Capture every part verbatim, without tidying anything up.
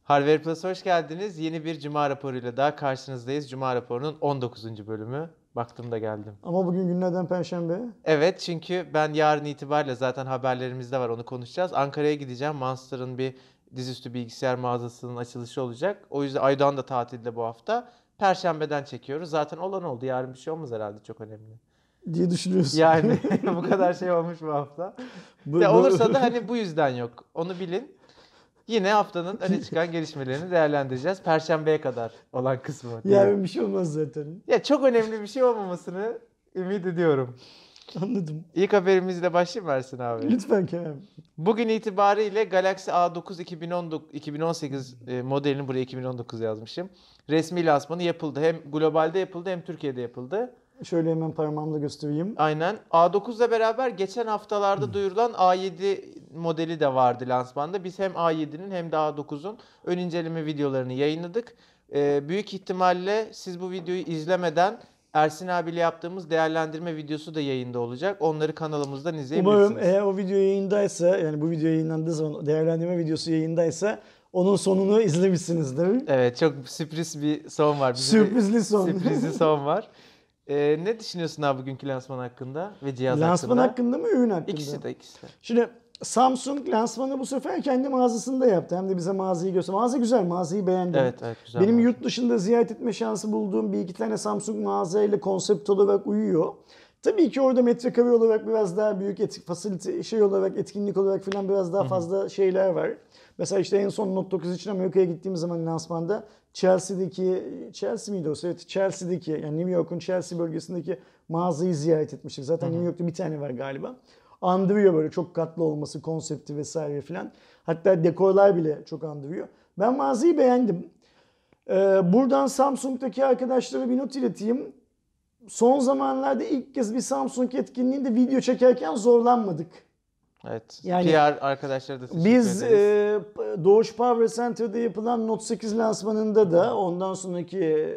Harvard Plus'a hoş geldiniz. Yeni bir Cuma raporuyla daha karşınızdayız. Cuma raporunun on dokuzuncu bölümü. Baktım da geldim. Ama bugün günlerden Perşembe. Evet, çünkü ben yarın itibariyle zaten haberlerimizde var, onu konuşacağız. Ankara'ya gideceğim. Monster'ın bir dizüstü bilgisayar mağazasının açılışı olacak. O yüzden Aydoğan da tatilde bu hafta. Perşembeden çekiyoruz. Zaten olan oldu. Yarın bir şey olmaz herhalde, çok önemli. Diye düşünüyorsun. Yani bu kadar şey olmuş bu hafta. Bu- Ya bu- olursa da hani bu yüzden yok. Onu bilin. Yine haftanın öne çıkan gelişmelerini değerlendireceğiz. Perşembeye kadar olan kısmı. Yarın bir şey olmaz zaten. Ya çok önemli bir şey olmamasını ümit ediyorum. Anladım. İlk haberimizle başlayayım Ersin abi. Lütfen Kerem. Bugün itibariyle Galaxy A dokuz iki bin on dokuz, iki bin on sekiz e, modelinin, buraya iki bin on dokuz yazmışım, resmi lansmanı yapıldı. Hem globalde yapıldı hem Türkiye'de yapıldı. Şöyle hemen parmağımla göstereyim. Aynen. A dokuzla beraber geçen haftalarda duyurulan A yedi modeli de vardı lansmanda. Biz hem A yedinin hem de A dokuzun ön inceleme videolarını yayınladık. Ee, büyük ihtimalle siz bu videoyu izlemeden Ersin abiyle yaptığımız değerlendirme videosu da yayında olacak. Onları kanalımızdan izleyebilirsiniz. Umarım eğer o video yayındaysa, yani bu video yayınlandığı zaman değerlendirme videosu yayındaysa onun sonunu izlemişsinizdir. Evet, çok sürpriz bir son var. Bizi de- Sürprizli son. Sürprizli son var. Ee, ne düşünüyorsun abi bugünkü lansman hakkında ve cihaz Lansman hakkında? hakkında mı, ürün hakkında? İkisi de ikisi de. Şimdi Samsung lansmanı bu sefer kendi mağazasında yaptı. Hem de bize mağazayı gösterdi. Mağaza güzel, mağazayı beğendim. Evet evet, güzel. Benim mağaza. yurt dışında ziyaret etme şansı bulduğum bir iki tane Samsung mağazayla konsept olarak uyuyor. Tabii ki orada metrekare olarak biraz daha büyük, etki, fasilite, şey olarak, etkinlik olarak falan biraz daha fazla şeyler var. Mesela işte en son Note dokuz için Amerika'ya gittiğim zaman lansmanda Chelsea'deki, Chelsea miydi o? Evet, Chelsea'deki, yani New York'un Chelsea bölgesindeki mağazayı ziyaret etmiştik. Zaten New York'ta bir tane var galiba. Andırıyor böyle çok katlı olması, konsepti vesaire filan. Hatta dekorlar bile çok andırıyor. Ben mağazayı beğendim. Ee, buradan Samsung'daki arkadaşlara bir not ileteyim. Son zamanlarda ilk kez bir Samsung etkinliğinde video çekerken zorlanmadık. Evet. Yani P R arkadaşlara da teşekkür Biz ederiz. e, Doğuş Power Center'da yapılan Note sekiz lansmanında da, ondan sonraki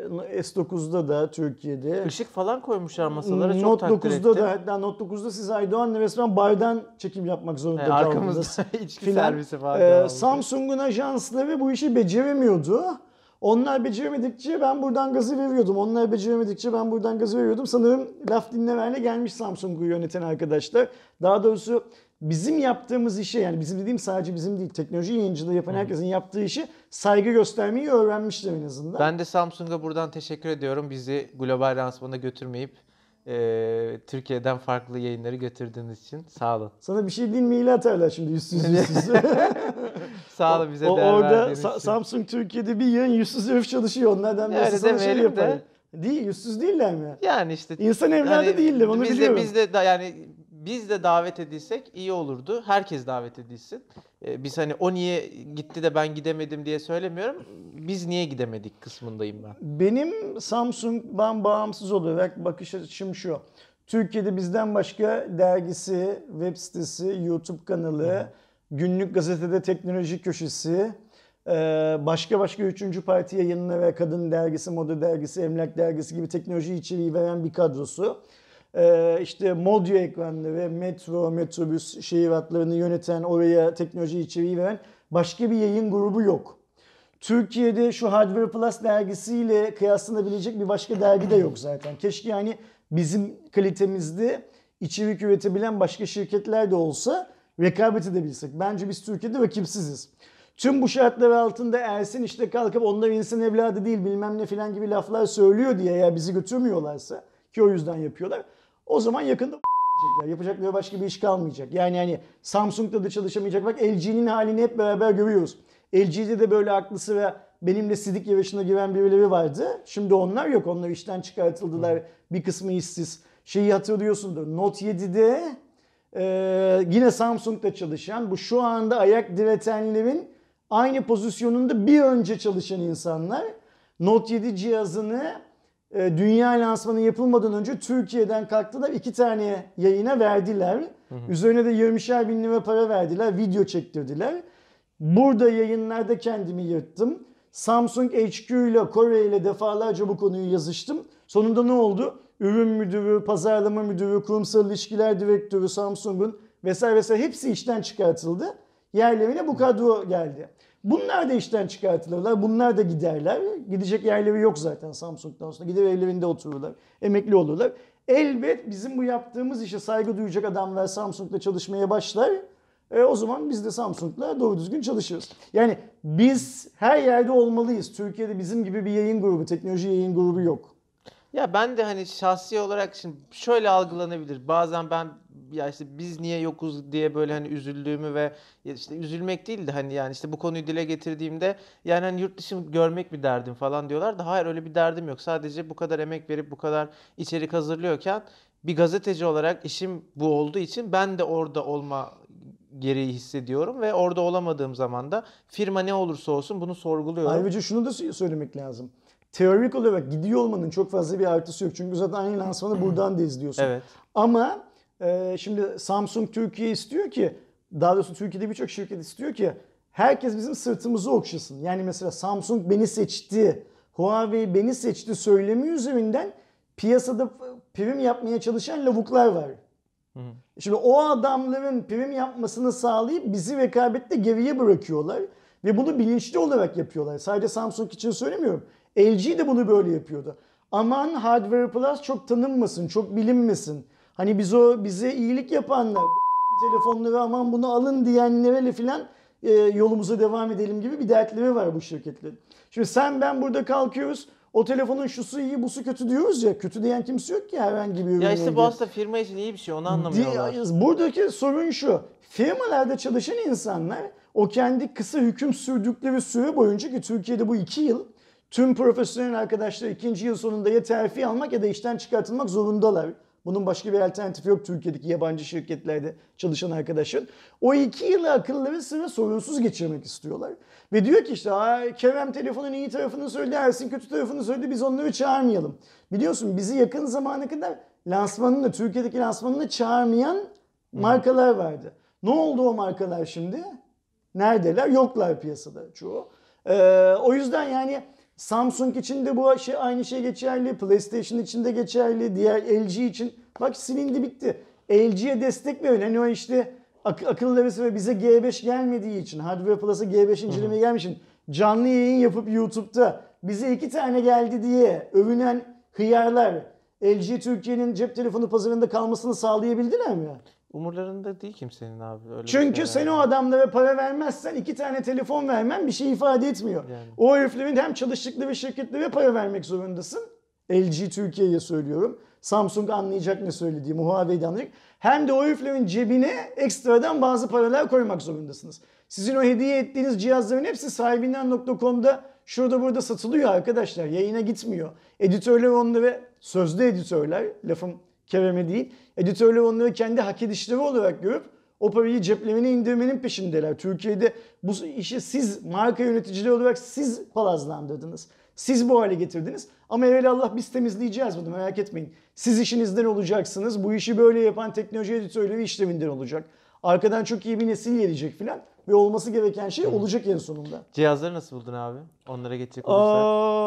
S dokuzda da Türkiye'de, Işık falan koymuşlar masalara, çok Note takdir dokuzda ettim. da, hatta Note dokuzda siz Aydoğan'la resmen bardan çekim yapmak zorunda Yani kaldınız. arkamızda içki filan. servisi falan. Ee, kaldı. Samsung'un ajansları bu işi beceremiyordu. Onlar beceremedikçe ben buradan gazı veriyordum. Onlar beceremedikçe ben buradan gazı veriyordum. Sanırım laf dinlemeyle gelmiş Samsung'u yöneten arkadaşlar. Daha doğrusu bizim yaptığımız işe, yani bizim dediğim sadece bizim değil, teknoloji yayıncılığı yapan herkesin yaptığı işi saygı göstermeyi öğrenmişler en azından. Ben de Samsung'a buradan teşekkür ediyorum. Bizi global lansmana götürmeyip e, Türkiye'den farklı yayınları götürdüğünüz için sağ olun. Sana bir şey değil mi, atarlar şimdi yüzsüz yüzsüz. Sağ olun bize O- değer orada verdiğiniz Sa- için. Samsung Türkiye'de bir yayın yüzsüz herif çalışıyor. Onlardan Öyle birisi sana şey demeyelim de. yapar. Değil, yüzsüz değiller mi? Yani işte İnsan evladı yani değiller, onu biz biliyorum. De, biz de da, yani biz de davet edilsek iyi olurdu. Herkes davet edilsin. Ee, biz hani o niye gitti de ben gidemedim diye söylemiyorum. Biz niye gidemedik kısmındayım ben. Benim Samsung'dan bağımsız olarak bakış açım şu. Türkiye'de bizden başka dergisi, web sitesi, YouTube kanalı, günlük gazetede teknoloji köşesi, başka başka üçüncü parti yayınları ve kadın dergisi, moda dergisi, emlak dergisi gibi teknoloji içeriği veren bir kadrosu. İşte Modyo ekranları, metro, metrobüs, şehir hatlarını yöneten, oraya teknoloji içeriği veren başka bir yayın grubu yok. Türkiye'de şu Hardware Plus dergisiyle kıyaslanabilecek bir başka dergi de yok zaten. Keşke yani bizim kalitemizde içerik üretebilen başka şirketler de olsa rekabet edebilsek. Bence biz Türkiye'de rakipsiziz. Tüm bu şartlar altında Ersin işte kalkıp onlar insan evladı değil bilmem ne filan gibi laflar söylüyor diye ya bizi götürmüyorlarsa, ki o yüzden yapıyorlar, o zaman yakında yapacakları başka bir iş kalmayacak. Yani yani Samsung'da da çalışamayacak. Bak L G'nin halini hep beraber görüyoruz. L G'de de böyle aklı sıra benimle sidik yarışına giren birileri vardı. Şimdi onlar yok. Onlar işten çıkartıldılar. Bir kısmı işsiz. Şeyi hatırlıyorsundur. Note yedide e, yine Samsung'da çalışan, bu şu anda ayak diretenlerin aynı pozisyonunda bir önce çalışan insanlar Note yedi cihazını e, dünya lansmanı yapılmadan önce Türkiye'den kalktılar. İki tane yayına verdiler. Hı hı. Üzerine de yirmişer bin lira para verdiler. Video çektirdiler. Burada yayınlarda kendimi yırttım. Samsung H Q ile Kore ile defalarca bu konuyu yazıştım. Sonunda ne oldu? Ürün müdürü, pazarlama müdürü, kurumsal ilişkiler direktörü Samsung'un vesaire vesaire hepsi işten çıkartıldı. yerlerine bu kadro geldi. Bunlar da işten çıkartılırlar, bunlar da giderler. Gidecek yerleri yok zaten Samsung'dan sonra. Gider evlerinde otururlar, emekli olurlar. Elbet bizim bu yaptığımız işe saygı duyacak adamlar Samsung'la çalışmaya başlar. E, o zaman biz de Samsung'la doğru düzgün çalışırız. Yani biz her yerde olmalıyız. Türkiye'de bizim gibi bir yayın grubu, teknoloji yayın grubu yok. Ya ben de hani şahsi olarak şimdi şöyle algılanabilir. Bazen ben ya işte biz niye yokuz diye böyle hani üzüldüğümü ve ya işte üzülmek değil de hani yani işte bu konuyu dile getirdiğimde yani hani yurt dışı görmek bir derdim falan diyorlar da hayır öyle bir derdim yok. Sadece bu kadar emek verip bu kadar içerik hazırlıyorken bir gazeteci olarak işim bu olduğu için ben de orada olma gereği hissediyorum ve orada olamadığım zaman da firma ne olursa olsun bunu sorguluyorum. Ayrıca şunu da söylemek lazım. Teorik olarak gidiyor olmanın çok fazla bir artısı yok. Çünkü zaten aynı lansmanı buradan da izliyorsun. Evet. Ama e, şimdi Samsung Türkiye istiyor ki, daha doğrusu Türkiye'de birçok şirket istiyor ki herkes bizim sırtımızı okşasın. Yani mesela Samsung beni seçti, Huawei beni seçti söylemi üzerinden piyasada prim yapmaya çalışan lavuklar var. Hı hı. Şimdi o adamların prim yapmasını sağlayıp bizi rekabette geriye bırakıyorlar. Ve bunu bilinçli olarak yapıyorlar. Sadece Samsung için söylemiyorum. L G de bunu böyle yapıyordu. Aman Hardware Plus çok tanınmasın, çok bilinmesin. Hani biz o bize iyilik yapanlar, telefonları aman bunu alın diyenlerle filan e, yolumuza devam edelim gibi bir dertleri var bu şirketlerin. Şimdi sen ben burada kalkıyoruz. O telefonun şusu iyi, busu kötü diyoruz ya. Kötü diyen kimse yok ki herhangi bir ürün. Ya işte bu aslında firma için iyi bir şey, onu anlamıyorlar. Buradaki sorun şu. Firmalarda çalışan insanlar o kendi kısa hüküm sürdükleri süre boyunca, ki Türkiye'de bu iki yıl, tüm profesyonel arkadaşlar ikinci yıl sonunda ya terfi almak ya da işten çıkartılmak zorundalar. Bunun başka bir alternatifi yok Türkiye'deki yabancı şirketlerde çalışan arkadaşlar. O iki yılı akılları sıra sorunsuz geçirmek istiyorlar. Ve diyor ki işte Kerem telefonun iyi tarafını söyledi, Ersin kötü tarafını söyledi, biz onları çağırmayalım. Biliyorsun bizi yakın zamana kadar lansmanını, Türkiye'deki lansmanını çağırmayan markalar vardı. Ne oldu o markalar şimdi? Neredeler? Yoklar piyasada çoğu. Ee, o yüzden yani Samsung için de bu şey, aynı şey geçerli. PlayStation için de geçerli. Diğer L G için. Bak silindi bitti. L G'ye destek verin. Hani o işte ak akıllı ve bize G beş gelmediği için, Hardware Plus'a G beş incelemeye gelmiş için canlı yayın yapıp YouTube'da bize iki tane geldi diye övünen hıyarlar L G Türkiye'nin cep telefonu pazarında kalmasını sağlayabildiler mi? Umurlarında değil kimsenin abi. Öyle Çünkü sen o adamlara para vermezsen iki tane telefon vermen bir şey ifade etmiyor. Yani. O heriflerin hem çalıştıkları şirketlere para vermek zorundasın. L G Türkiye'ye söylüyorum. Samsung anlayacak ne söylediğimi, Huawei'de anlayacak. Hem de o heriflerin cebine ekstradan bazı paralar koymak zorundasınız. Sizin o hediye ettiğiniz cihazların hepsi sahibinden nokta com'da şurada burada satılıyor arkadaşlar. Yayına gitmiyor. Editörler onları, sözde editörler, lafım Kerem'e değil, editörler onları kendi hak edişleri olarak görüp o parayı ceplerine indirmenin peşindeler. Türkiye'de bu işi siz marka yöneticileri olarak siz palazlandırdınız. Siz bu hale getirdiniz. Ama evvelallah biz temizleyeceğiz bunu, merak etmeyin. Siz işinizden olacaksınız. Bu işi böyle yapan teknoloji editörleri işleminden olacak. Arkadan çok iyi bir nesil gelecek filan. Ve olması gereken şey olacak en sonunda. Cihazları nasıl buldun abi? Onlara geçecek olursak.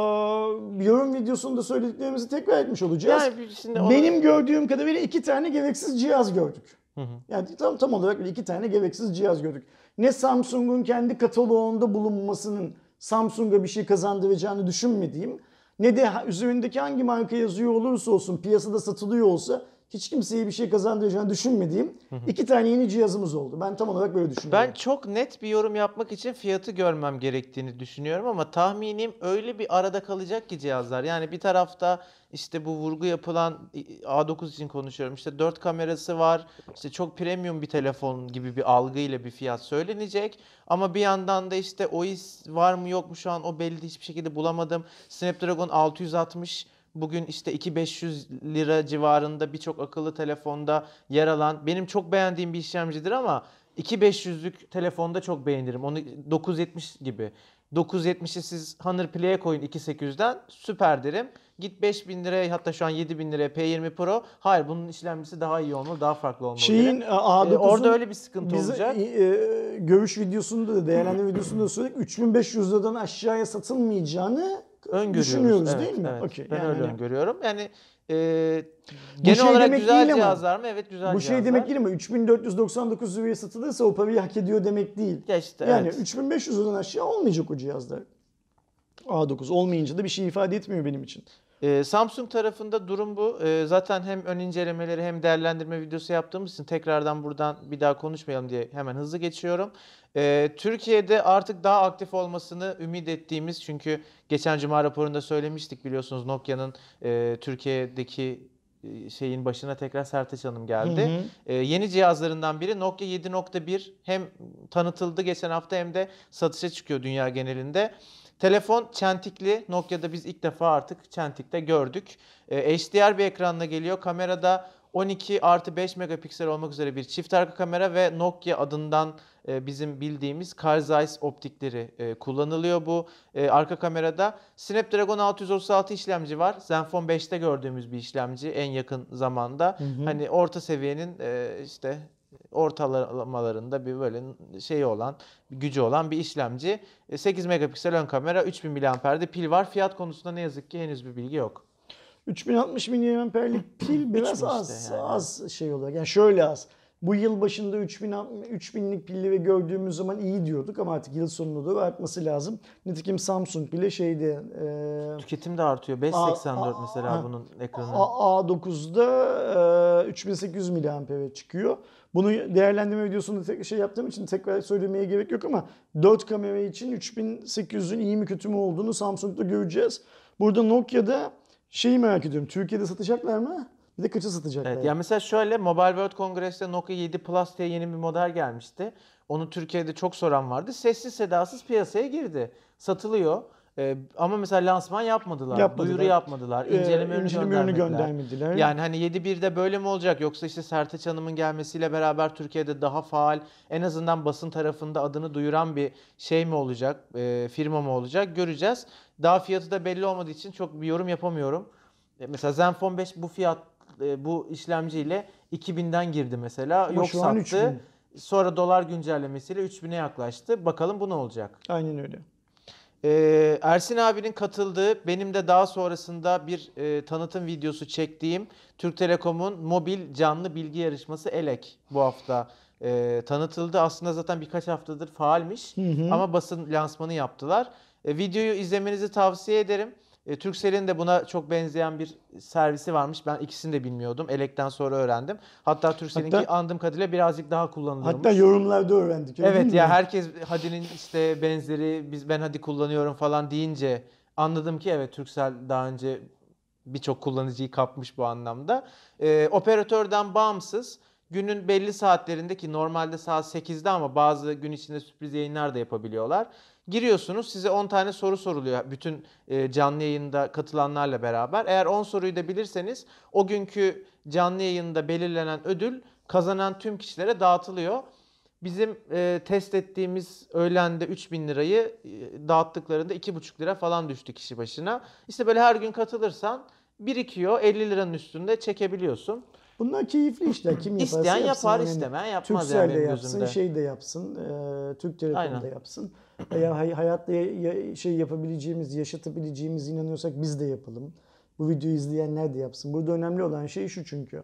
Aa, yorum videosunda söylediklerimizi tekrar etmiş olacağız. Yani şimdi onu... Benim gördüğüm kadarıyla iki tane gereksiz cihaz gördük. Hı hı. Yani tam tam olarak iki tane gereksiz cihaz gördük. Ne Samsung'un kendi kataloğunda bulunmasının Samsung'a bir şey kazandıracağını düşünmediğim, ne de üzerindeki hangi marka yazıyor olursa olsun, piyasada satılıyor olsa hiç kimseye bir şey kazandıracağını düşünmediğim hı hı. iki tane yeni cihazımız oldu. Ben tam olarak böyle düşünüyorum. Ben çok net bir yorum yapmak için fiyatı görmem gerektiğini düşünüyorum ama tahminim öyle bir arada kalacak ki cihazlar. Yani bir tarafta işte bu vurgu yapılan A dokuz için konuşuyorum. İşte dört kamerası var. İşte çok premium bir telefon gibi bir algıyla bir fiyat söylenecek. Ama bir yandan da işte O İS var mı yok mu şu an o belli, hiçbir şekilde bulamadım. Snapdragon altı yüz altmış bugün işte iki bin beş yüz lira civarında birçok akıllı telefonda yer alan, benim çok beğendiğim bir işlemcidir ama iki bin beş yüzlük telefonda çok beğenirim. Onu dokuz yüz yetmiş gibi. dokuz yüz yetmişi siz Honor Play'e koyun iki bin sekiz yüzden süper derim. Git beş bin liraya, hatta şu an yedi bin liraya P yirmi Pro. Hayır, bunun işlemcisi daha iyi olmalı, daha farklı olmalı. Şeyin A dokuzun, ee, orada öyle bir sıkıntı bize, olacak. E, görüş videosunda da, değerlendirme videosunda da söyledik. üç bin beş yüz liradan aşağıya satılmayacağını öngörüyoruz. düşünüyoruz Evet, değil mi? evet. Okey. Ben Yani öyle hani- öngörüyorum. Yani e, genel şey olarak demek güzel değil ama- cihazlar mı? Evet, güzel Bu cihazlar. şey demek değil mi? üç bin dört yüz doksan dokuz liraya satılırsa o parayı hak ediyor demek değil. Ya işte, Yani evet. üç bin beş yüzden aşağı olmayacak o cihazlar. A dokuz olmayınca da bir şey ifade etmiyor benim için. Ee, Samsung tarafında durum bu. Ee, zaten hem ön incelemeleri hem değerlendirme videosu yaptığımız için tekrardan buradan bir daha konuşmayalım diye hemen hızlı geçiyorum. Ee, Türkiye'de artık daha aktif olmasını ümit ettiğimiz, çünkü geçen Cuma raporunda söylemiştik biliyorsunuz, Nokia'nın e, Türkiye'deki e, şeyin başına tekrar Sertaç Hanım geldi. Hı hı. Ee, yeni cihazlarından biri Nokia yedi nokta bir hem tanıtıldı geçen hafta hem de satışa çıkıyor dünya genelinde. Telefon çentikli. Nokia'da biz ilk defa artık çentikte gördük. Ee, H D R bir ekranla geliyor. Kamerada on iki artı beş megapiksel olmak üzere bir çift arka kamera ve Nokia adından e, bizim bildiğimiz Carl Zeiss optikleri e, kullanılıyor bu e, arka kamerada. Snapdragon altı yüz otuz altı işlemci var. Zenfone beşte gördüğümüz bir işlemci en yakın zamanda. Hı hı. Hani orta seviyenin e, işte ortalamalarında bir böyle şey olan, bir gücü olan bir işlemci. sekiz megapiksel ön kamera, üç bin miliamper'de pil var. Fiyat konusunda ne yazık ki henüz bir bilgi yok. üç bin altmış miliamperlik pil biraz mi az işte yani? az şey olarak. Yani şöyle az. Bu yıl başında üç bin üç binlik pilleri gördüğümüz zaman iyi diyorduk ama artık yıl sonuna doğru artması lazım. Nitekim Samsung bile şeydi e, Tüketim de artıyor. beş A- seksen dört A- mesela ha. bunun ekranı. A- A9'da e, üç bin sekiz yüz miliampere çıkıyor. Bunu değerlendirme videosunda tek şey yaptığım için tekrar söylemeye gerek yok ama dört kamera için üç bin sekiz yüzün iyi mi kötü mü olduğunu Samsung'da göreceğiz. Burada Nokia'da şeyi merak ediyorum. Türkiye'de satacaklar mı? Bir de kaça satacaklar? Evet, yani mesela şöyle, Mobile World Congress'te Nokia yedi Plus diye yeni bir model gelmişti. Onu Türkiye'de çok soran vardı. Sessiz sedasız piyasaya girdi. Satılıyor. Ee, ama mesela lansman yapmadılar. Yapmadılar. Duyuru yapmadılar. Ee, İnceleme ürünü inceleme ürünü göndermediler. göndermediler. Yani hani yedi birde böyle mi olacak, yoksa işte Sertaç Hanım'ın gelmesiyle beraber Türkiye'de daha faal, en azından basın tarafında adını duyuran bir şey mi olacak, e, firma mı olacak, göreceğiz. Daha fiyatı da belli olmadığı için çok bir yorum yapamıyorum. E, mesela Zenfone beş bu fiyat e, bu işlemciyle iki binden girdi mesela. Ama Yok şu an üç sattı. bin. Sonra dolar güncellemesiyle üç bine yaklaştı. Bakalım bu ne olacak? Aynen öyle. Ee, Ersin abinin katıldığı, benim de daha sonrasında bir e, tanıtım videosu çektiğim Türk Telekom'un mobil canlı bilgi yarışması ELEK bu hafta e, tanıtıldı. Aslında zaten birkaç haftadır faalmiş Hı hı. ama basın lansmanı yaptılar. E, videoyu izlemenizi tavsiye ederim. E, Turkcell'in de buna çok benzeyen bir servisi varmış. Ben ikisini de bilmiyordum. ELEK'ten sonra öğrendim. Hatta Turkcell'inki Hatta- andığım kadarıyla birazcık daha kullanılıyormuş. Hatta yorumlarda öğrendik. öyle Evet değil ya, mi? herkes Hadi'nin işte benzeri, biz ben Hadi kullanıyorum falan deyince anladım ki evet, Turkcell daha önce birçok kullanıcıyı kapmış bu anlamda. Ee, operatörden bağımsız günün belli saatlerinde, ki normalde saat sekizde ama bazı gün içinde sürpriz yayınlar da yapabiliyorlar. Giriyorsunuz, size on tane soru soruluyor bütün e, canlı yayında katılanlarla beraber. Eğer on soruyu da bilirseniz o günkü canlı yayında belirlenen ödül kazanan tüm kişilere dağıtılıyor. Bizim e, test ettiğimiz öğlende üç bin lirayı e, dağıttıklarında iki buçuk lira falan düştü kişi başına. İşte böyle her gün katılırsan birikiyor, elli liranın üstünde çekebiliyorsun. Bunlar keyifli işler. Kim yaparsa İsteyen yapsın. yapar, Yani istemeyen yapmaz Turkcell yani de benim yapsın, gözümde. şey de yapsın, e, Türk Telekom Aynen. da yapsın. Eğer hay- hayatta ya- ya- şey yapabileceğimiz, yaşatabileceğimiz inanıyorsak biz de yapalım. Bu videoyu izleyenler de yapsın. Burada önemli olan şey şu çünkü.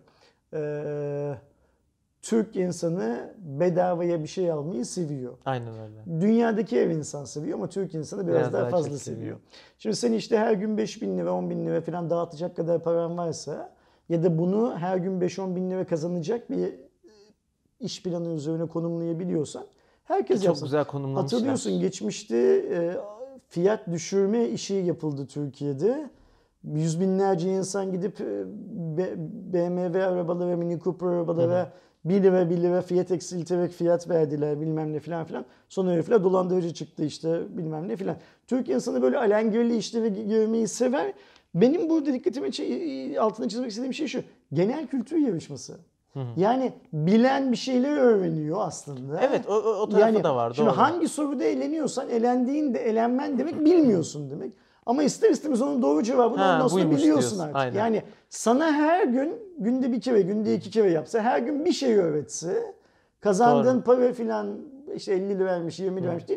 E, Türk insanı bedavaya bir şey almayı seviyor. Aynen öyle. Dünyadaki ev insan seviyor ama Türk insanı biraz, Biraz daha, daha fazla çok seviyor. seviyor. Şimdi sen işte her gün beş bin lira, on bin lira falan dağıtacak kadar paran varsa ya da bunu her gün beş on bin lira kazanacak bir iş planı üzerine konumlayabiliyorsan herkes Çok yapsın. güzel konumlamışlar. Hatırlıyorsun geçmişte e, fiyat düşürme işi yapıldı Türkiye'de. Yüz binlerce insan gidip e, B- BMW arabalara, Mini Cooper arabalara bir lira bir lira fiyat eksilterek fiyat verdiler bilmem ne filan filan. Sonra herifler dolandırıcı çıktı işte bilmem ne filan. Türk insanı böyle alengirli işleri görmeyi sever. Benim burada dikkatimi çe- altını çizmek istediğim şey şu. Genel kültür yarışması. Yani bilen bir şeyleri öğreniyor aslında. Evet, o, o, o tarafı Yani da var. Şimdi Doğru. hangi soruda eğleniyorsan elendiğin de elenmen demek bilmiyorsun demek. Ama ister istemez onun doğru cevabını Ha, ondan sonra buymuş biliyorsun diyorsun, artık. aynen. Yani sana her gün günde bir kere, günde iki kere yapsa, her gün bir şey öğretse, kazandığın Doğru. para filan işte elli lira vermiş, yirmi lira vermiş değil.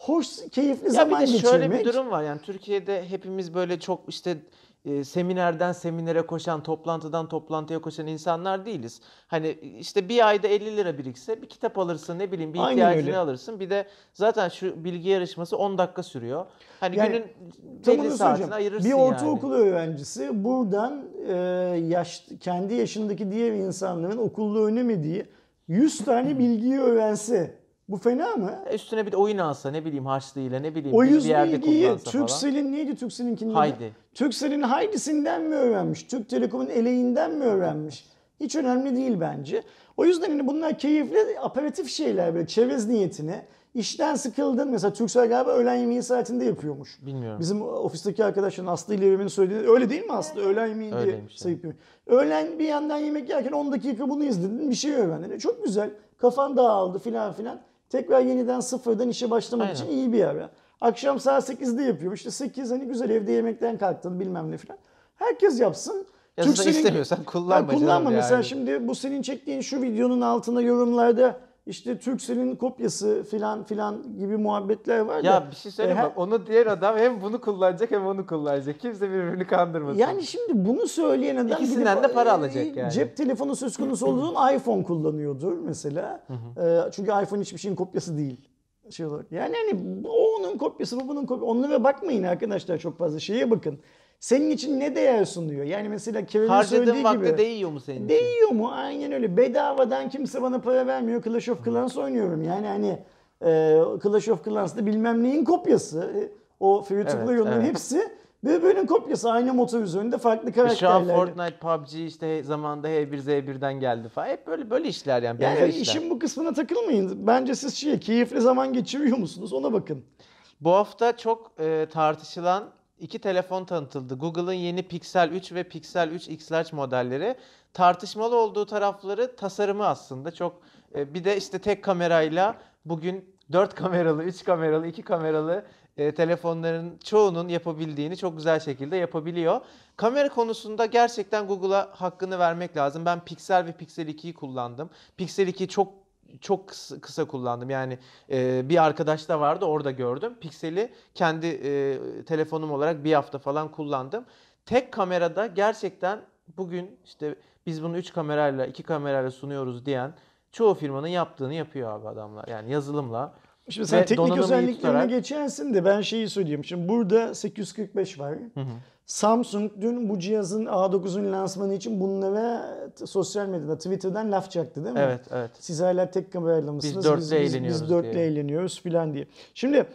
hoş, keyifli Ya bir zaman de şöyle geçirmek. bir durum var, yani Türkiye'de hepimiz böyle çok işte e, seminerden seminere koşan, toplantıdan toplantıya koşan insanlar değiliz. Hani işte bir ayda elli lira birikse bir kitap alırsın, ne bileyim bir Aynen ihtiyacını öyle. alırsın. Bir de zaten şu bilgi yarışması on dakika sürüyor. Hani Yani günün tam belli onu saatini söyleyeceğim. ayırırsın Bir yani. ortaokul öğrencisi buradan e, yaş, kendi yaşındaki diğer insanların okulda öğrenemediği yüz tane bilgiyi öğrense. Bu fena mı? E, Üstüne bir de oyun alsa, ne bileyim harçlığıyla, ne bileyim O bir, bir yüz yerde bilgiyi kullansa falan. Turkcell'in neydi Turkcell'inkinin adı? Haydi. Turkcell'in Haydi'sinden mi öğrenmiş? Türk Telekom'un eleğinden mi öğrenmiş? Hiç önemli değil bence. O yüzden hani bunlar keyifli, aperatif şeyler böyle çerez niyetine. İşten sıkıldın. Mesela Turkcell galiba öğlen yemeği saatinde yapıyormuş. Bilmiyorum. Bizim ofisteki arkadaşların Aslı ile Evimin söylediği öyle değil mi Aslı? Öğlen yemeği diye Öyleymiş sayıp öğlen bir yandan yemek yerken on dakika bunu izledin, bir şey öğrendin. Çok güzel. Kafan dağıldı filan filan. Tekrar yeniden sıfırdan işe başlamak Aynen. için iyi bir ara. Akşam saat sekizde yapıyor. İşte sekiz hani güzel evde yemekten kalktın bilmem ne filan. Herkes yapsın. Ya zaten Turkcell'in- istemiyorsan kullanma Ya kullanma canım mesela yani. şimdi bu senin çektiğin şu videonun altına yorumlarda işte Turkcell'in kopyası filan filan gibi muhabbetler var da. Ya bir şey söyleyeyim E, bak, onu diyen adam hem bunu kullanacak hem onu kullanacak. Kimse birbirini kandırmasın. Yani şimdi bunu söyleyen adam İkisinden gidip, de para e, alacak yani. Cep telefonu söz konusu olduğunda iPhone kullanıyordur mesela. E, çünkü iPhone hiçbir şeyin kopyası değil. Şey olarak. Yani hani o onun kopyası, bu bunun kopyası. Onlara bakmayın arkadaşlar, çok fazla şeye bakın. Senin için ne değer sunuyor? Yani mesela Kevin'in Harcadığın söylediği vakte gibi. değiyor mu senin için? Değiyor mu? Aynen öyle. Bedavadan kimse bana para vermiyor. Clash of Clans oynuyorum. Yani hani e, Clash of Clans'ta bilmem neyin kopyası. E, O free to Evet, play oyunların evet. hepsi birbirinin kopyası. Aynı motor üzerinde farklı E Şu an karakterlerle. Fortnite, P U B G işte zamanında H bir Z birden geldi falan. Hep böyle böyle işler yani, benzer Yani işler. işin bu kısmına takılmayın. Bence siz şey, keyifli zaman geçiriyor musunuz? Ona bakın. Bu hafta çok e, tartışılan iki telefon tanıtıldı. Google'ın yeni Pixel üç ve Pixel üç X Large modelleri. Tartışmalı olduğu tarafları tasarımı aslında. Çok e, bir de işte tek kamerayla bugün dört kameralı, üç kameralı, iki kameralı e, telefonların çoğunun yapabildiğini çok güzel şekilde yapabiliyor. Kamera konusunda gerçekten Google'a hakkını vermek lazım. Ben Pixel ve Pixel ikiyi kullandım. Pixel iki çok çok kısa, kısa kullandım. Yani e, bir arkadaş da vardı, orada gördüm. Pixel'i kendi e, telefonum olarak bir hafta falan kullandım. Tek kamerada gerçekten bugün işte biz bunu üç kamerayla, iki kamerayla sunuyoruz diyen çoğu firmanın yaptığını yapıyor abi adamlar. Yani yazılımla Şimdi sen ve teknik donanımı iyi özelliklerine tutarak. geçersin de ben şeyi söyleyeyim. Şimdi burada sekiz yüz kırk beş var. Hı hı. Samsung dün bu cihazın A dokuzun lansmanı için bunlara t- sosyal medyada, Twitter'dan laf çaktı değil mi? Evet, evet. Siz hala tek kamerayla mısınız? dörtle biz, biz, eğleniyoruz biz dörtle diye. eğleniyoruz filan diye. Şimdi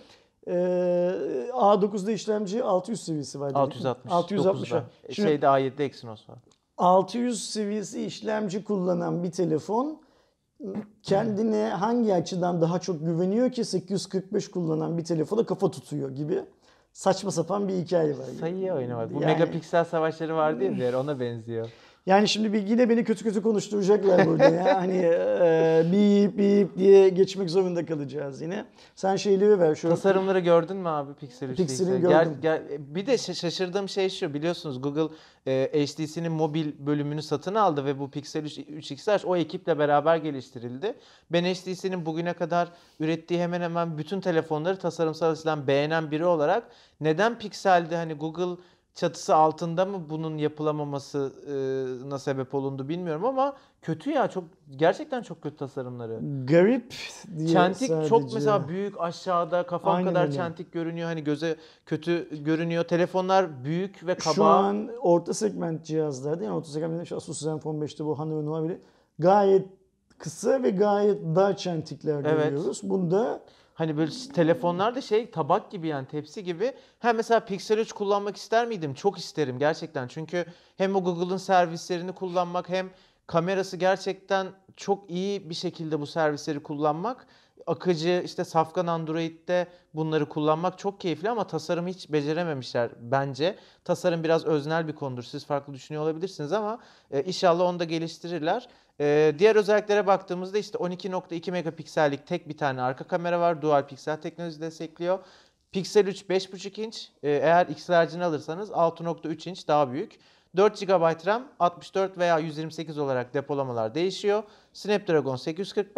e, A dokuzda işlemci altı yüz seviyesi var. altı yüz altmış. altı yüz altmış var. dokuzda. Şimdi Şeyde A yedide Exynos var. altı yüz seviyesi işlemci kullanan bir telefon kendine hangi açıdan daha çok güveniyor ki sekiz yüz kırk beş kullanan bir telefona kafa tutuyor gibi saçma sapan bir hikaye var. Sayıya oynamak. Bu Yani- megapiksel savaşları vardı ya bir ara, ona benziyor. Yani şimdi bir, yine beni kötü kötü konuşturacaklar burada ya. Hani e, bip bip diye geçmek zorunda kalacağız yine. Sen şeyleri ver şu. Tasarımları gördün mü abi Pixel üçte? Pixel'in Gel- gördüm. gel- bir de şa- şaşırdığım şey şu, biliyorsunuz Google e, H D C'nin mobil bölümünü satın aldı ve bu Pixel üç X Large o ekiple beraber geliştirildi. Ben H D C'nin bugüne kadar ürettiği hemen hemen bütün telefonları tasarımsal açıdan beğenen biri olarak neden Pixel'de hani Google çatısı altında mı bunun yapılamamasına sebep olundu bilmiyorum ama kötü ya, çok gerçekten çok kötü tasarımları. Garip diye Çentik sadece. çok mesela büyük, aşağıda kafam Aynen kadar öyle. çentik görünüyor. Hani göze kötü görünüyor. Telefonlar büyük ve kaba. Şu an orta segment cihazlarda, yani orta segment şu Asus Zenfone beşte bu Honor Nova bile gayet kısa ve gayet dar çentikler Evet. görüyoruz. Bunda Hani böyle telefonlar da şey, tabak gibi yani, tepsi gibi. Ha mesela Pixel üç kullanmak ister miydim? Çok isterim gerçekten. Çünkü hem o Google'ın servislerini kullanmak hem kamerası gerçekten çok iyi bir şekilde bu servisleri kullanmak. Akıcı işte safkan Android'de bunları kullanmak çok keyifli ama tasarımı hiç becerememişler bence. Tasarım biraz öznel bir konudur. Siz farklı düşünüyor olabilirsiniz ama e, inşallah onu da geliştirirler. Ee, diğer özelliklere baktığımızda işte on iki nokta iki megapiksellik tek bir tane arka kamera var. Dual piksel teknolojisi destekliyor. Pixel üç beş buçuk inç. Ee, eğer X Large'ını alırsanız altı nokta üç inç daha büyük. dört gigabayt RAM, altmış dört veya yüz yirmi sekiz olarak depolamalar değişiyor. Snapdragon sekiz yüz kırk beş.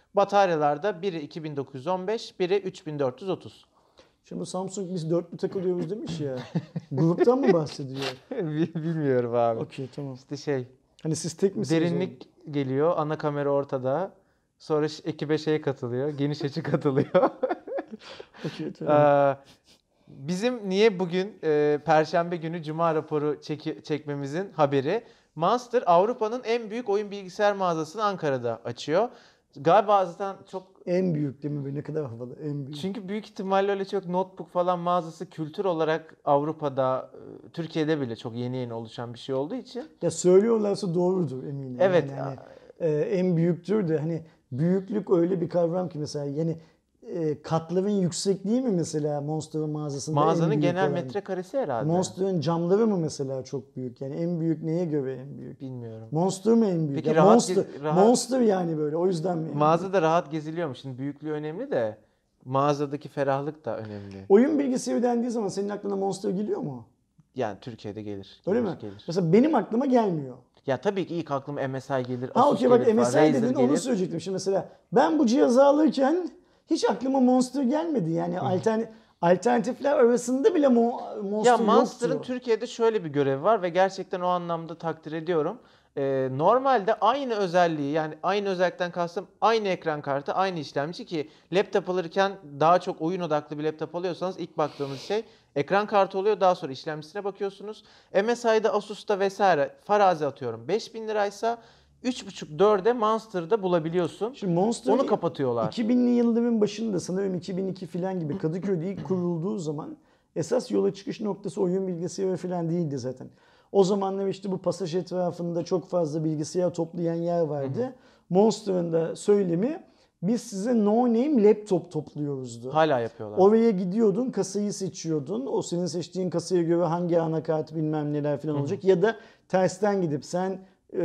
Bataryalarda biri iki bin dokuz yüz on beş, biri üç bin dört yüz otuz. Şimdi bu Samsung biz dörtlü takılıyoruz demiş ya. Gruptan mı bahsediyor? Bilmiyorum abi. Okey, tamam. İşte şey, Hani siz tek misiniz? derinlik geliyor, ana kamera ortada. Sonra ş- ekibe şey katılıyor, geniş açı katılıyor. Okey, tamam. Ee, Bizim niye bugün e, Perşembe günü Cuma raporu çeki- çekmemizin haberi? Monster Avrupa'nın en büyük oyun bilgisayar mağazasını Ankara'da açıyor. Galiba zaten çok, En büyük değil mi? Böyle ne kadar havalı. En büyük. çünkü büyük ihtimalle öyle çok notebook falan mağazası kültür olarak Avrupa'da, e, Türkiye'de bile çok yeni yeni oluşan bir şey olduğu için. Ya söylüyorlarsa doğrudur eminim. Evet. Yani hani, e, en büyüktür de hani büyüklük öyle bir kavram ki mesela yani e, katların yüksekliği mi mesela Monster'ın mağazasında en Mağazanın büyük genel olan? metrekaresi herhalde. Monster'ın camları mı mesela çok büyük? Yani en büyük neye göre en büyük? Bilmiyorum. Monster mı en büyük? Peki Ya rahat Monster, gez- rahat- Monster yani böyle o yüzden mi? en büyük? Mağazada rahat geziliyormuş. Şimdi büyüklüğü önemli de mağazadaki ferahlık da önemli. Oyun bilgisayarı dendiği zaman senin aklına Monster geliyor mu? Yani Türkiye'de gelir. Öyle gelir, mi? Gelir. Mesela benim aklıma gelmiyor. Ya tabii ki ilk aklıma M S I gelir, Ha Asus okey bak gelir M falan, S I Razer dedin gelir. onu söyleyecektim. Şimdi mesela ben bu cihazı alırken hiç aklıma Monster gelmedi. Yani altern alternatifler arasında bile Mo- Monster Ya Monster'ın yoktu. Türkiye'de şöyle bir görevi var ve gerçekten o anlamda takdir ediyorum. Ee, normalde aynı özelliği, yani aynı özellikten kastım aynı ekran kartı, aynı işlemci, ki laptop alırken daha çok oyun odaklı bir laptop alıyorsanız ilk baktığınız şey ekran kartı oluyor, daha sonra işlemcisine bakıyorsunuz. M S I'da, Asus'ta vesaire farazi atıyorum beş bin liraysa üç buçuk dörde Monster'da bulabiliyorsun. Şimdi Monster Onu kapatıyorlar. iki binli yılların başında sanırım iki bin iki falan gibi Kadıköy'de ilk kurulduğu zaman esas yola çıkış noktası oyun bilgisayarı falan değildi zaten. O zamanlar işte bu pasaj etrafında çok fazla bilgisayar toplayan yer vardı. Monster'ın da söylemi biz size no name laptop topluyoruzdu. Hala yapıyorlar. Oraya gidiyordun, kasayı seçiyordun. O senin seçtiğin kasaya göre hangi anakart bilmem neler falan olacak. Ya da tersten gidip sen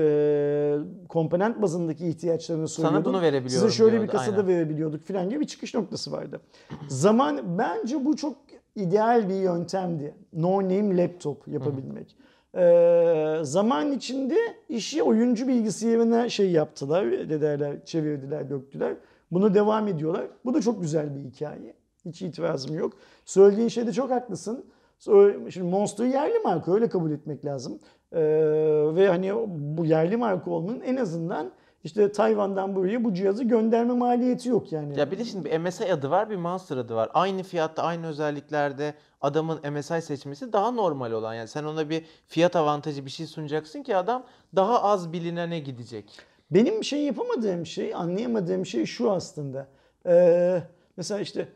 e, komponent bazındaki ihtiyaçlarını soruyordun. bunu verebiliyorum Size şöyle bir diyordu, kasada aynen. verebiliyorduk falan gibi bir çıkış noktası vardı. Zaman bence bu çok ideal bir yöntemdi. No name laptop yapabilmek. Ee, zaman içinde işi oyuncu bilgisayarına şey yaptılar, ne derler, çevirdiler, döktüler. Bunu devam ediyorlar. Bu da çok güzel bir hikaye. Hiç itirazım yok. Söylediğin şeyde çok haklısın. Şimdi Monster yerli marka, öyle kabul etmek lazım. Ee, ve hani bu yerli marka olmanın en azından işte Tayvan'dan buraya bu cihazı gönderme maliyeti yok yani. Ya bir de şimdi bir M S I adı var, bir Monster adı var. Aynı fiyatta, aynı özelliklerde adamın M S I seçmesi daha normal olan. Yani sen ona bir fiyat avantajı bir şey sunacaksın ki adam daha az bilinene gidecek. Benim şey yapamadığım şey, anlayamadığım şey şu aslında. Ee, mesela işte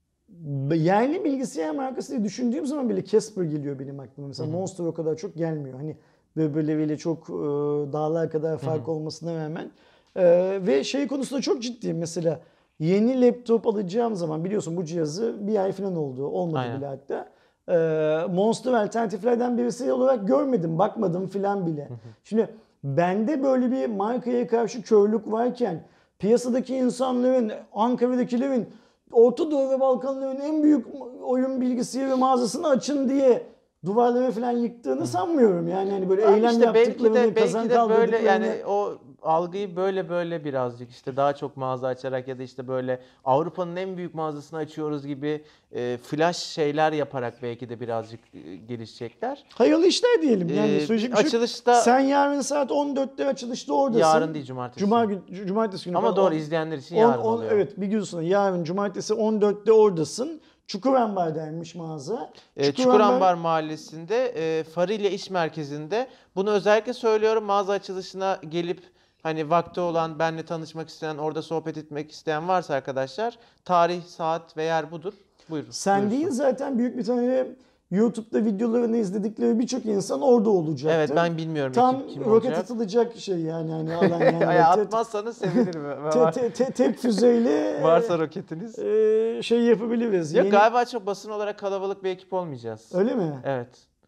yerli bilgisayar markası diye düşündüğüm zaman bile Casper geliyor benim aklıma. Mesela Monster o kadar çok gelmiyor. Hani böyle böyle, böyle çok e, dağlar kadar fark Hı-hı. olmasına rağmen. E, ve şey konusunda çok ciddiyim. Mesela yeni laptop alacağım zaman biliyorsun bu cihazı bir ay falan oldu. Olmadı Aynen. bile hatta. E, Monster alternatiflerden birisi olarak görmedim, bakmadım falan bile. Hı-hı. Şimdi bende böyle bir markaya karşı körlük varken piyasadaki insanların, Ankara'dakilerin Orta Doğu ve Balkanların en büyük oyun bilgisayarı mağazasını açın diye duvarları falan yıktığını sanmıyorum. Yani hani böyle eylem işte yaptıklarını, belki de, kazan belki de böyle kaldırdıklarını. yani o algıyı böyle böyle birazcık işte daha çok mağaza açarak ya da işte böyle Avrupa'nın en büyük mağazasını açıyoruz gibi e, flash şeyler yaparak belki de birazcık e, gelişecekler. Hayırlı işler diyelim. Yani Ee, söyleyecek bir şey yok. açılışta Sen yarın saat on dörtte açılışta oradasın. yarın değil, cumartesi. Cuma gün, cumartesi günü. Ama falan. doğru, On- izleyenler için on- yarın on- oluyor. Evet, bir gün sonra yarın cumartesi on dörtte oradasın. Çukurambar'daymış mağaza. Ee, Çukurambar Mahallesi'nde e, Farilya İş Merkezi'nde. Bunu özellikle söylüyorum, mağaza açılışına gelip hani vakti olan, benimle tanışmak isteyen, orada sohbet etmek isteyen varsa arkadaşlar, tarih, saat ve yer budur. Buyurun. Sen buyursun. değil zaten büyük bir tane YouTube'da videolarını izledikleri birçok insan orada olacaktır. Evet, ben bilmiyorum Tam kim, kim roket olacak. atılacak şey yani hani alan yani. Ya te- atmazsanız sevinirim. te- te- te- tek füzeyle Varsa roketiniz. e, şey yapabiliriz. Yok, Yeni- galiba çok basın olarak kalabalık bir ekip olmayacağız. Öyle mi? Evet.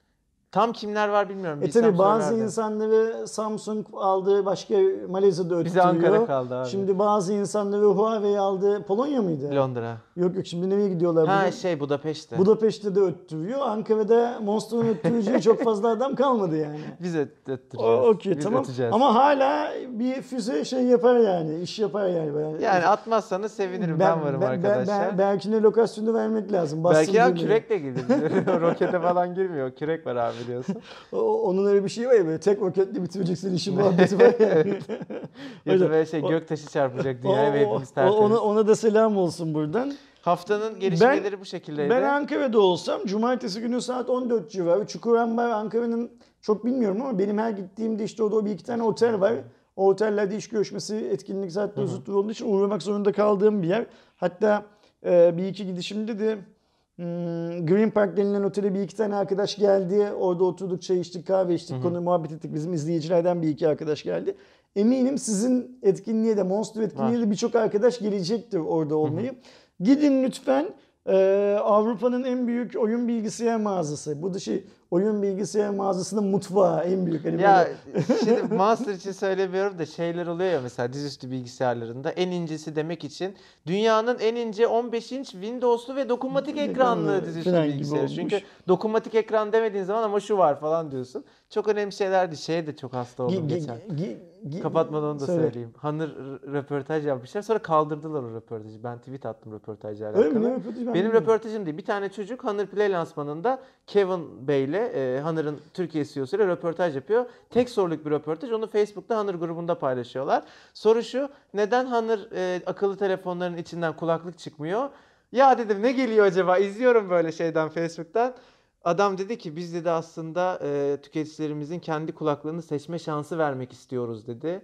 Tam kimler var bilmiyorum. E Bilsem tabi bazı söylerdim. insanları Samsung aldı, başka Malezya'da Bize öttürüyor. Ankara kaldı abi. Şimdi bazı insanları Huawei aldı. Polonya mıydı? Londra. Yok yok, şimdi nereye gidiyorlar? Ha Bugün şey Budapeşte. Budapeşte de öttürüyor. Ankara'da Monster'ın öttüreceği çok fazla adam kalmadı yani. Biz öt- O- öttüreceğiz. Okey Biz tamam. öteceğiz. Ama hala bir füze şey yapar yani. İş yapar yani. Ben- Yani atmazsanız sevinirim. Ben, varım arkadaşlar. Ben, Berkin'e lokasyonu vermek lazım. Belki abi Bastırdığı kürekle gelir. Rokete falan girmiyor. Kürek var abi biliyorsun. O- onun öyle bir şeyi var ya, böyle tek roketle bitireceksin işi muhabbeti var yani. Ya da Hocam, böyle şey o- göktaşı çarpacak O- dünyaya ve o- hepimiz o- tertemiz. ona, ona da selam olsun buradan. Haftanın gelişmeleri bu şekildeydi. Ben Ankara'da olsam cumartesi günü saat on dört civarı Çukurambar, Ankara'nın çok bilmiyorum ama benim her gittiğimde işte orada bir iki tane otel var. O otellerde iş görüşmesi, etkinlik saatleri uzun olduğu için uğramak zorunda kaldığım bir yer. Hatta e, bir iki gidişimde de hmm, Green Park denilen otele bir iki tane arkadaş geldi. Orada oturduk, çay içtik, kahve içtik, konu muhabbet ettik. Bizim izleyicilerden bir iki arkadaş geldi. Eminim sizin etkinliğe de, Monster etkinliğe de birçok arkadaş gelecektir orada olmayı. Gidin lütfen. Ee, Avrupa'nın en büyük oyun bilgisayar mağazası. Bu da şey, oyun bilgisayar mağazasının mutfağı en büyük. Hani Ya böyle- şimdi Master için söylemiyorum da şeyler oluyor ya mesela dizüstü bilgisayarlarında en incesi demek için dünyanın en ince on beş inç Windows'lu ve dokunmatik ekranlı Ekranlı dizüstü falan gibi bilgisayarı. olmuş. Çünkü dokunmatik ekran demediğin zaman ama şu var falan diyorsun. Çok önemli şeylerdi. Şeye de çok hasta oldum Gi- gi- geçen. gi- gi- Kapatmadan onu da Söyle. söyleyeyim. Hanır r- röportaj yapmışlar. Sonra kaldırdılar o röportajı. Ben tweet attım röportajla Öyle mi? alakalı. Ne röportajı? Ben Benim bilmiyorum. röportajım değil. Bir tane çocuk Hanır Play lansmanında Kevin Bey'le e, Hanır'ın Türkiye C E O'suyla röportaj yapıyor. Tek soruluk bir röportaj. Onu Facebook'ta Hanır grubunda paylaşıyorlar. Soru şu. Neden Hanır e, akıllı telefonların içinden kulaklık çıkmıyor? Ya dedim ne geliyor acaba? İzliyorum böyle şeyden Facebook'tan. Adam dedi ki biz dedi aslında e, tüketicilerimizin kendi kulaklarını seçme şansı vermek istiyoruz dedi.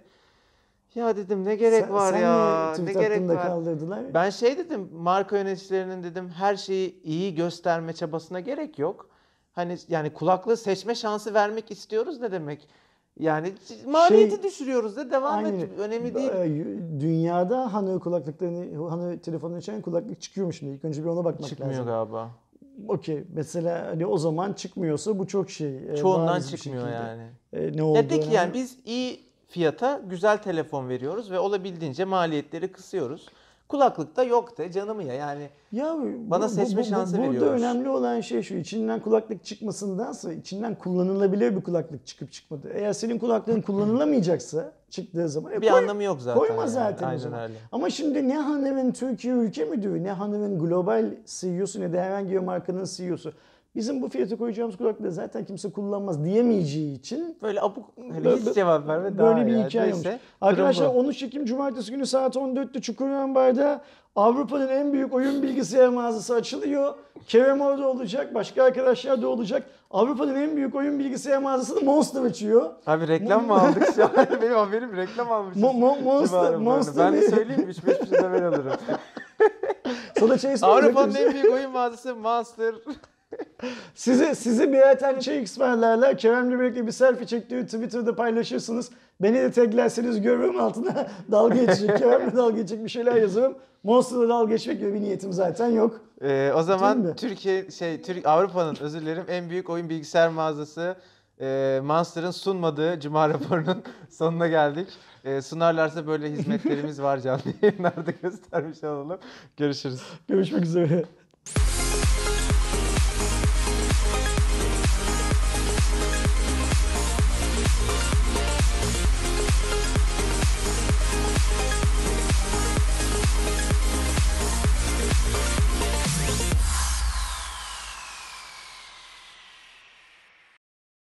Ya dedim ne gerek Sen- var sen ya? niye Ne tweet gerek attığında var? kaldırdılar? Ben şey dedim, marka yöneticilerinin dedim her şeyi iyi gösterme çabasına gerek yok. Hani yani kulaklığı seçme şansı vermek istiyoruz ne demek? Yani maliyeti Şey- düşürüyoruz da devam Aynen. et. Önemli değil. Ee, Dünyada Hanı kulaklıklarını, Hanı telefonun içinden kulaklık çıkıyormuş şimdi. İlk önce bir ona bakmak Çıkmıyor lazım. galiba. Okey. Mesela hani o zaman çıkmıyorsa bu çok şey. e, Çoğundan bariz bir çıkmıyor şekilde. yani. E, ne oldu? Ya de ki yani biz iyi fiyata güzel telefon veriyoruz ve olabildiğince maliyetleri kısıyoruz. Kulaklıkta yok de canımı ya yani. Ya Bana seçme şansı Burada veriyormuş. önemli olan şey şu: içinden kulaklık çıkmasındansa içinden kullanılabilir bir kulaklık çıkıp çıkmadı. Eğer senin kulaklığın kullanılamayacaksa çıktığı zaman e, Bir koy- anlamı yok zaten. Koyma yani. zaten o Aynen zaman. öyle. Ama şimdi ne Hanım'ın Türkiye ülke müdürü, ne Hanım'ın global C E O'su, ne de herhangi bir markanın C E O'su bizim bu fiyata koyacağımız kulaklığı zaten kimse kullanmaz diyemeyeceği için Böyle abuk hani Böyle- hiç cevap verme daha böyle bir ya. hikaye olmuş. Neyse, Arkadaşlar durum bu. on üç Ekim Cumartesi günü saat on dörtte Çukurambar'da Avrupa'nın en büyük oyun bilgisayar mağazası açılıyor. Kerem orada olacak, başka arkadaşlar da olacak. Avrupa'nın en büyük oyun bilgisayar mağazasını Monster açıyor. Abi reklam mı aldık şu an? Benim haberim reklam almışız. Mo- mo- Monster- Civarı böyle. Monster Ben de bir- söyleyeyim üç beş bir şey de ben alırım. Sana şey Avrupa'nın söyleyecektim. en büyük oyun mağazası Monster. Size, size birer tane çay ısmarlarlar. Kerem'le birlikte bir selfie çektiği Twitter'da paylaşırsınız. Beni de taglerseniz görürüm, altına dalga geçecek. Kerem'le dalga geçecek bir şeyler yazarım. Monster'la dalga geçmek gibi bir niyetim zaten yok. Ee, o Değil zaman mi? Türkiye şey Türk Avrupa'nın özür dilerim en büyük oyun bilgisayar mağazası e, Monster'ın sunmadığı Cuma raporunun sonuna geldik. E, sunarlarsa böyle hizmetlerimiz var canlı yayınlarda göstermiş olalım. Görüşürüz. Görüşmek üzere.